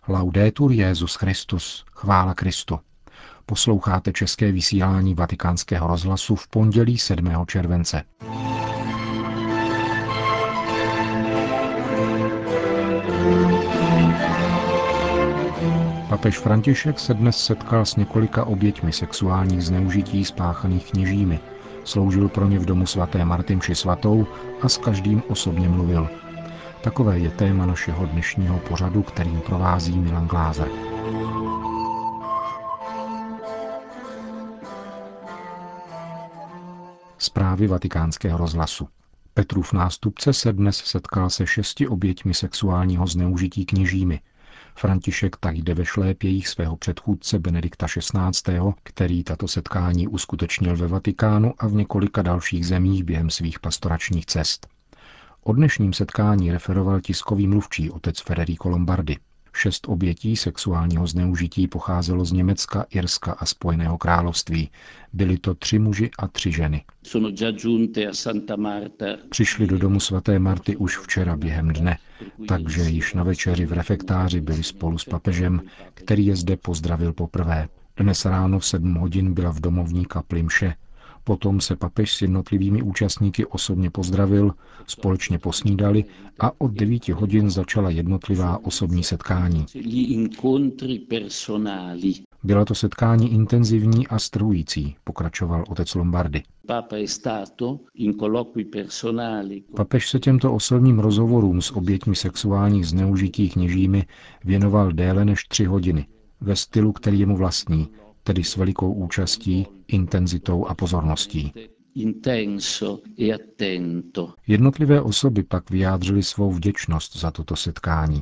Laudetur Jesus Christus, chvála Kristu. Posloucháte české vysílání Vatikánského rozhlasu v pondělí 7. července. Papež František se dnes setkal s několika oběťmi sexuálních zneužití spáchaných kněžími, sloužil pro ně v domu svaté Marty mši svatou a s každým osobně mluvil. Takové je téma našeho dnešního pořadu, kterým provází Milan Glázer. Zprávy Vatikánského rozhlasu. Petrův nástupce se dnes setkal se 6 oběťmi sexuálního zneužití kněžími. František tak jde ve šlépějích svého předchůdce Benedikta XVI., který tato setkání uskutečnil ve Vatikánu a v několika dalších zemích během svých pastoračních cest. O dnešním setkání referoval tiskový mluvčí otec Federico Lombardi. 6 obětí sexuálního zneužití pocházelo z Německa, Irska a Spojeného království. Byli to 3 muži a 3 ženy. Přišli do domu svaté Marty už včera během dne, takže již na večeři v refektáři byli spolu s papežem, který je zde pozdravil poprvé. Dnes ráno v 7 hodin byla v domovní kapli mše. Potom se papež s jednotlivými účastníky osobně pozdravil, společně posnídali a od 9 hodin začala jednotlivá osobní setkání. Byla to setkání intenzivní a strhující, pokračoval otec Lombardi. Papež se těmto osobním rozhovorům s oběťmi sexuálních zneužití kněžími věnoval déle než 3 hodiny, ve stylu, který je mu vlastní, tedy s velikou účastí, intenzitou a pozorností. Jednotlivé osoby pak vyjádřily svou vděčnost za toto setkání.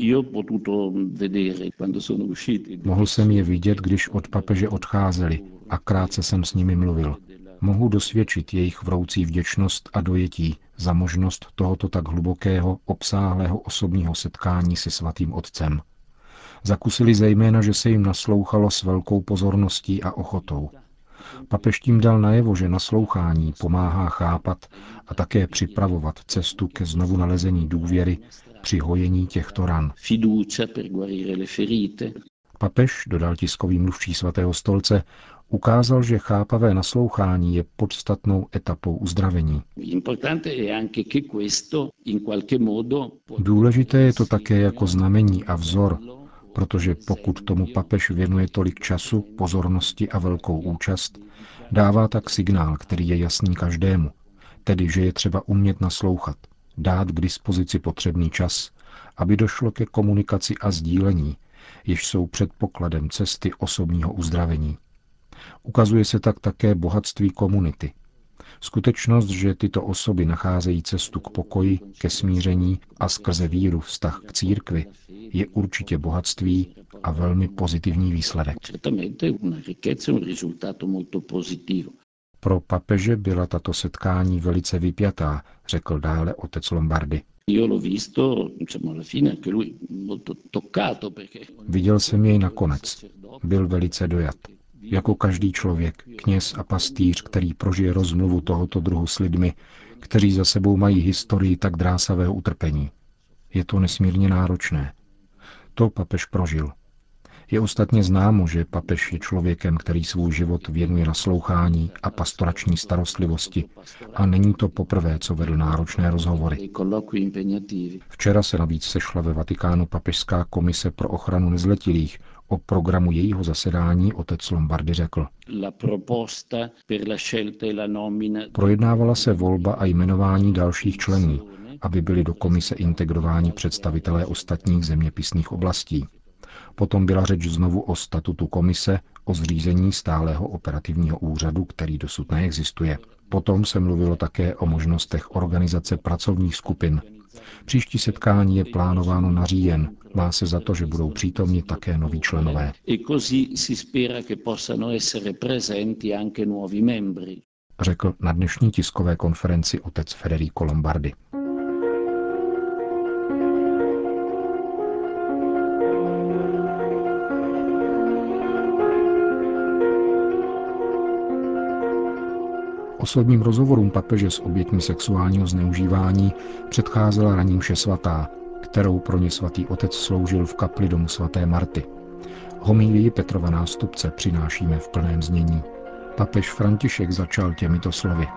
Mohl jsem je vidět, když od papeže odcházeli a krátce jsem s nimi mluvil. Mohu dosvědčit jejich vroucí vděčnost a dojetí za možnost tohoto tak hlubokého, obsáhlého osobního setkání se svatým otcem. Zakusili zejména, že se jim naslouchalo s velkou pozorností a ochotou. Papež tím dal najevo, že naslouchání pomáhá chápat a také připravovat cestu ke znovu nalezení důvěry při hojení těchto ran. Papež, dodal tiskový mluvčí svatého stolce, ukázal, že chápavé naslouchání je podstatnou etapou uzdravení. Důležité je to také jako znamení a vzor, protože pokud tomu papež věnuje tolik času, pozornosti a velkou účast, dává tak signál, který je jasný každému, tedy že je třeba umět naslouchat, dát k dispozici potřebný čas, aby došlo ke komunikaci a sdílení, jež jsou předpokladem cesty osobního uzdravení. Ukazuje se tak také bohatství komunity. Skutečnost, že tyto osoby nacházejí cestu k pokoji, ke smíření a skrze víru vztah k církvi, je určitě bohatství a velmi pozitivní výsledek. Pro papeže byla tato setkání velice vypjatá, řekl dále otec Lombardi. Viděl jsem jej nakonec. Byl velice dojat. Jako každý člověk, kněz a pastýř, který prožije rozmluvu tohoto druhu s lidmi, kteří za sebou mají historii tak drásavého utrpení. Je to nesmírně náročné. To papež prožil. Je ostatně známo, že papež je člověkem, který svůj život věnuje naslouchání a pastorační starostlivosti a není to poprvé, co vedl náročné rozhovory. Včera se navíc sešla ve Vatikánu papežská komise pro ochranu nezletilých. O programu jejího zasedání otec Lombardi řekl. Projednávala se volba a jmenování dalších členů, aby byli do komise integrováni představitelé ostatních zeměpisných oblastí. Potom byla řeč znovu o statutu komise, o zřízení stálého operativního úřadu, který dosud neexistuje. Potom se mluvilo také o možnostech organizace pracovních skupin. Příští setkání je plánováno na říjen. Má se za to, že budou přítomni také noví členové. Řekl na dnešní tiskové konferenci otec Federico Lombardi. Osobním rozhovorům papeže s oběťmi sexuálního zneužívání předcházela ranní mše svatá, kterou pro ně svatý otec sloužil v kapli domu svaté Marty. Homílii Petrova nástupce přinášíme v plném znění. Papež František začal těmito slovy.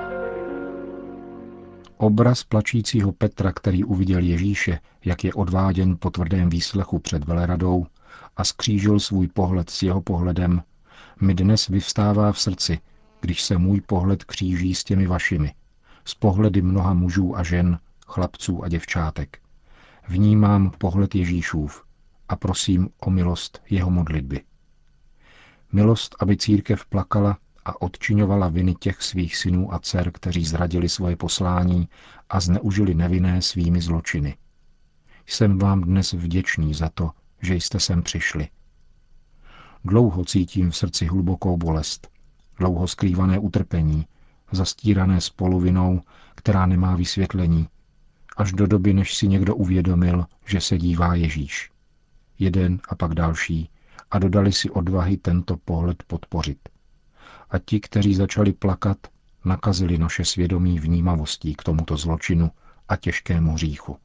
Obraz plačícího Petra, který uviděl Ježíše, jak je odváděn po tvrdém výslechu před veleradou a skřížil svůj pohled s jeho pohledem, mi dnes vyvstává v srdci, když se můj pohled kříží s těmi vašimi, s pohledy mnoha mužů a žen, chlapců a děvčátek. Vnímám pohled Ježíšův a prosím o milost jeho modlitby. Milost, aby církev plakala a odčiňovala viny těch svých synů a dcer, kteří zradili svoje poslání a zneužili nevinné svými zločiny. Jsem vám dnes vděčný za to, že jste sem přišli. Dlouho cítím v srdci hlubokou bolest, dlouho skrývané utrpení, zastírané spoluvinou, která nemá vysvětlení, až do doby, než si někdo uvědomil, že se dívá Ježíš. Jeden a pak další a dodali si odvahy tento pohled podpořit. A ti, kteří začali plakat, nakazili naše svědomí vnímavostí k tomuto zločinu a těžkému hříchu.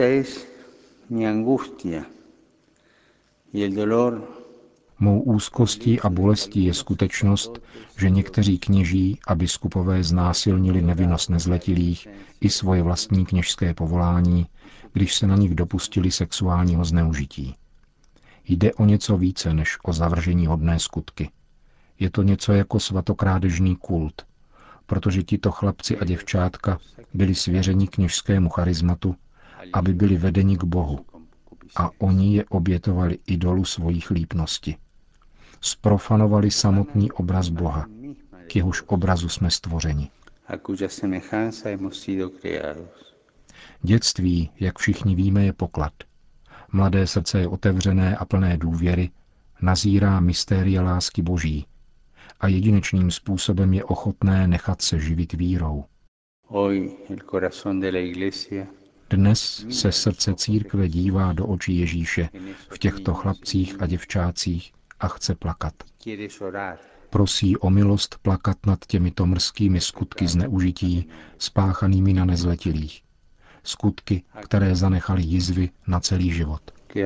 Mou úzkostí a bolestí je skutečnost, že někteří kněží a biskupové znásilnili nevinnost nezletilých i svoje vlastní kněžské povolání, když se na nich dopustili sexuálního zneužití. Jde o něco více než o zavržení hodné skutky. Je to něco jako svatokrádežný kult, protože tito chlapci a děvčátka byli svěřeni kněžskému charizmatu, aby byli vedeni k Bohu. A oni je obětovali idolu svojich lípnosti. Sprofanovali samotný obraz Boha, k jehož obrazu jsme stvořeni. Dětství, jak všichni víme, je poklad. Mladé srdce je otevřené a plné důvěry, nazírá mystéria lásky Boží a jedinečným způsobem je ochotné nechat se živit vírou. Dnes se srdce církve dívá do očí Ježíše v těchto chlapcích a děvčácích a chce plakat. Prosí o milost plakat nad těmito mrzkými skutky zneužití spáchanými na nezletilých. Skutky, které zanechaly jizvy na celý život.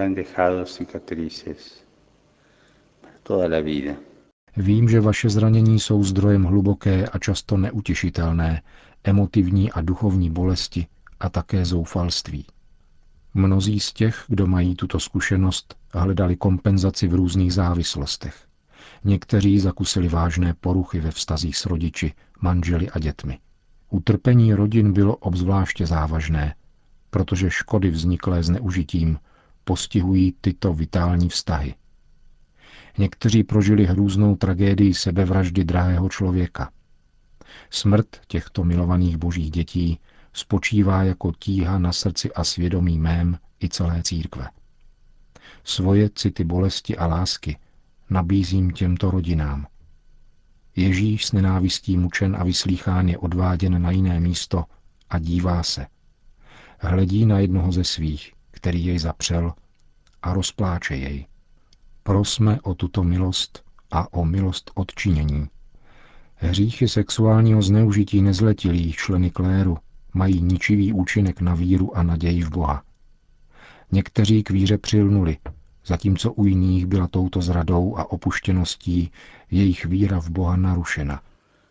Vím, že vaše zranění jsou zdrojem hluboké a často neutěšitelné, emotivní a duchovní bolesti a také zoufalství. Mnozí z těch, kdo mají tuto zkušenost, hledali kompenzaci v různých závislostech. Někteří zakusili vážné poruchy ve vztazích s rodiči, manželi a dětmi. Utrpení rodin bylo obzvláště závažné, protože škody vzniklé zneužitím postihují tyto vitální vztahy. Někteří prožili hrůznou tragédii sebevraždy drahého člověka. Smrt těchto milovaných božích dětí spočívá jako tíha na srdci a svědomí mém i celé církve. Svoje city bolesti a lásky nabízím těmto rodinám. Ježíš s nenávistí mučen a vyslýchán je odváděn na jiné místo a dívá se. Hledí na jednoho ze svých, který jej zapřel, a rozpláče jej. Prosme o tuto milost a o milost odčinění. Hříchy sexuálního zneužití nezletilých členy kléru mají ničivý účinek na víru a naději v Boha. Někteří k víře přilnuli, zatímco u jiných byla touto zradou a opuštěností jejich víra v Boha narušena.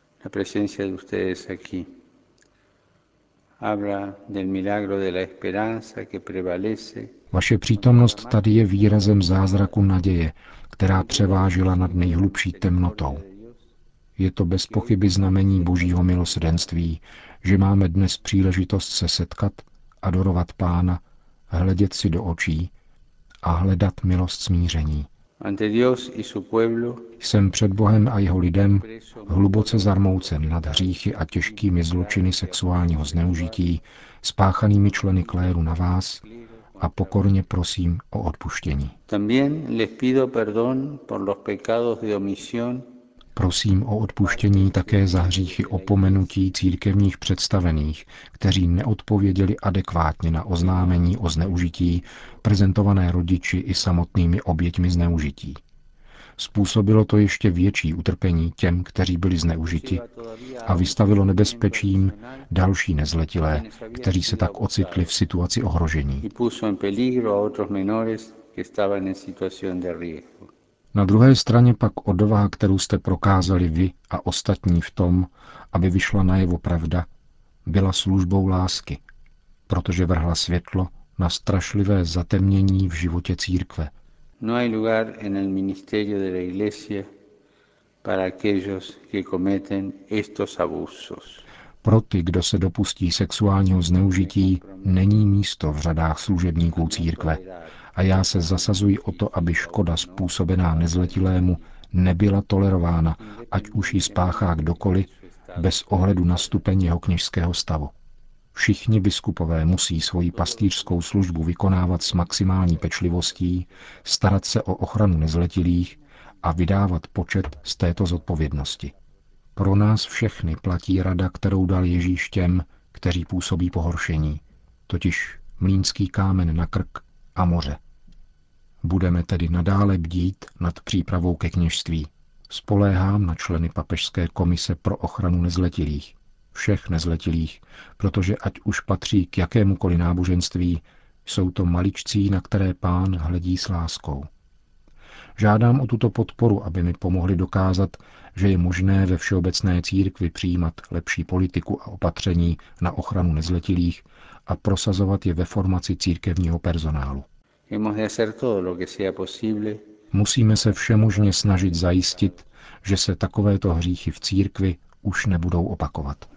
Vaše přítomnost tady je výrazem zázraku naděje, která převážila nad nejhlubší temnotou. Je to bez pochyby znamení Božího milosrdenství, že máme dnes příležitost se setkat, adorovat Pána, hledět si do očí a hledat milost smíření. Jsem před Bohem a jeho lidem hluboce zarmoucen nad hříchy a těžkými zločiny sexuálního zneužití spáchanými členy kléru na vás a pokorně prosím o odpuštění. Prosím o odpuštění také za hříchy opomenutí církevních představených, kteří neodpověděli adekvátně na oznámení o zneužití prezentované rodiči i samotnými oběťmi zneužití. Způsobilo to ještě větší utrpení těm, kteří byli zneužiti, a vystavilo nebezpečím další nezletilé, kteří se tak ocitli v situaci ohrožení. Na druhé straně pak odvaha, kterou jste prokázali vy a ostatní v tom, aby vyšla najevo pravda, byla službou lásky, protože vrhla světlo na strašlivé zatemnění v životě církve. No hay lugar en el ministerio de la Iglesia para aquellos que cometen estos abusos. Pro ty, kdo se dopustí sexuálního zneužití, není místo v řadách služebníků církve a já se zasazuji o to, aby škoda způsobená nezletilému nebyla tolerována, ať už ji spáchá kdokoliv, bez ohledu na stupeň jeho kněžského stavu. Všichni biskupové musí svoji pastýřskou službu vykonávat s maximální pečlivostí, starat se o ochranu nezletilých a vydávat počet z této zodpovědnosti. Pro nás všechny platí rada, kterou dal Ježíš těm, kteří působí pohoršení, totiž mlýnský kámen na krk a moře. Budeme tedy nadále bdít nad přípravou ke kněžství. Spoléhám na členy papežské komise pro ochranu nezletilých, všech nezletilých, protože ať už patří k jakémukoliv náboženství, jsou to maličcí, na které Pán hledí s láskou. Žádám o tuto podporu, aby mi pomohli dokázat, že je možné ve všeobecné církvi přijímat lepší politiku a opatření na ochranu nezletilých a prosazovat je ve formaci církevního personálu. Musíme se všemožně snažit zajistit, že se takovéto hříchy v církvi už nebudou opakovat.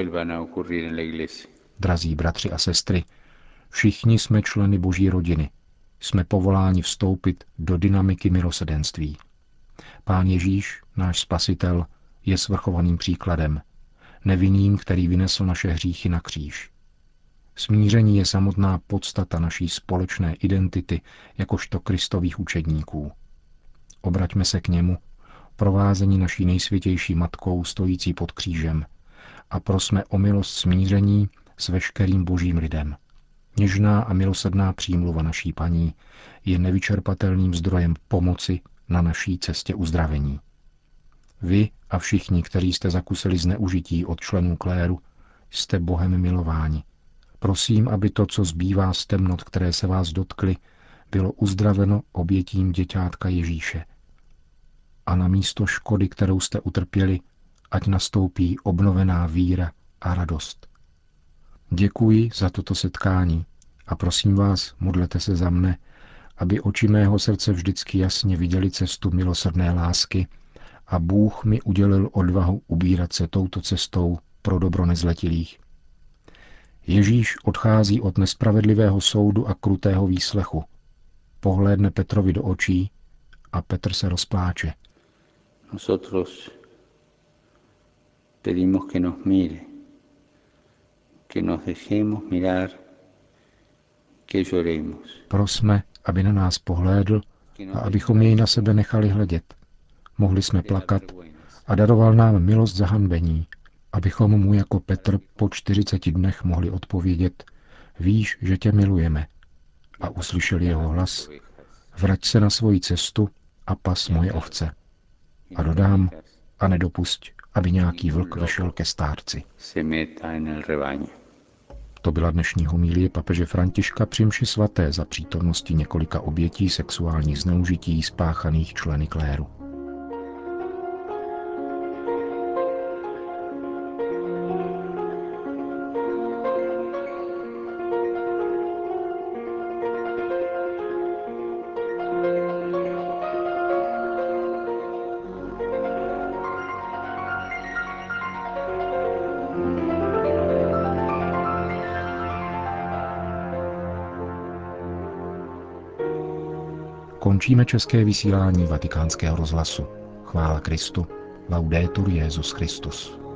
Drazí bratři a sestry, všichni jsme členy Boží rodiny. Jsme povoláni vstoupit do dynamiky milosrdenství. Pán Ježíš, náš Spasitel, je svrchovaným příkladem, nevinným, který vynesl naše hříchy na kříž. Smíření je samotná podstata naší společné identity jakožto Kristových učedníků. Obraťme se k němu, provázení naší nejsvětější matkou stojící pod křížem, a prosme o milost smíření s veškerým božím lidem. Něžná a milosrdná přímluva naší paní je nevyčerpatelným zdrojem pomoci na naší cestě uzdravení. Vy a všichni, kteří jste zakusili zneužití od členů kléru, jste Bohem milováni. Prosím, aby to, co zbývá z temnot, které se vás dotkly, bylo uzdraveno obětím děťátka Ježíše. A na místo škody, kterou jste utrpěli, ať nastoupí obnovená víra a radost. Děkuji za toto setkání a prosím vás, modlete se za mne, aby oči mého srdce vždycky jasně viděli cestu milosrdné lásky a Bůh mi udělil odvahu ubírat se touto cestou pro dobro nezletilých. Ježíš odchází od nespravedlivého soudu a krutého výslechu. Pohlédne Petrovi do očí a Petr se rozpláče. Nosotros pedimos que nos mire, que nos dejemos mirar, que lloremos. Prosme, aby na nás pohlédl a abychom jej na sebe nechali hledět. Mohli jsme plakat a daroval nám milost zahanbení, abychom mu jako Petr po 40 dnech mohli odpovědět: víš, že tě milujeme. A uslyšeli jeho hlas: vrať se na svoji cestu a pas moje ovce. A dodám: a nedopusť, aby nějaký vlk vešel ke stárci. To byla dnešní homilie papeže Františka při mši svaté za přítomnosti několika obětí sexuálních zneužití spáchaných členy kléru. Končíme české vysílání Vatikánského rozhlasu. Chvála Kristu. Laudetur Jesus Christus.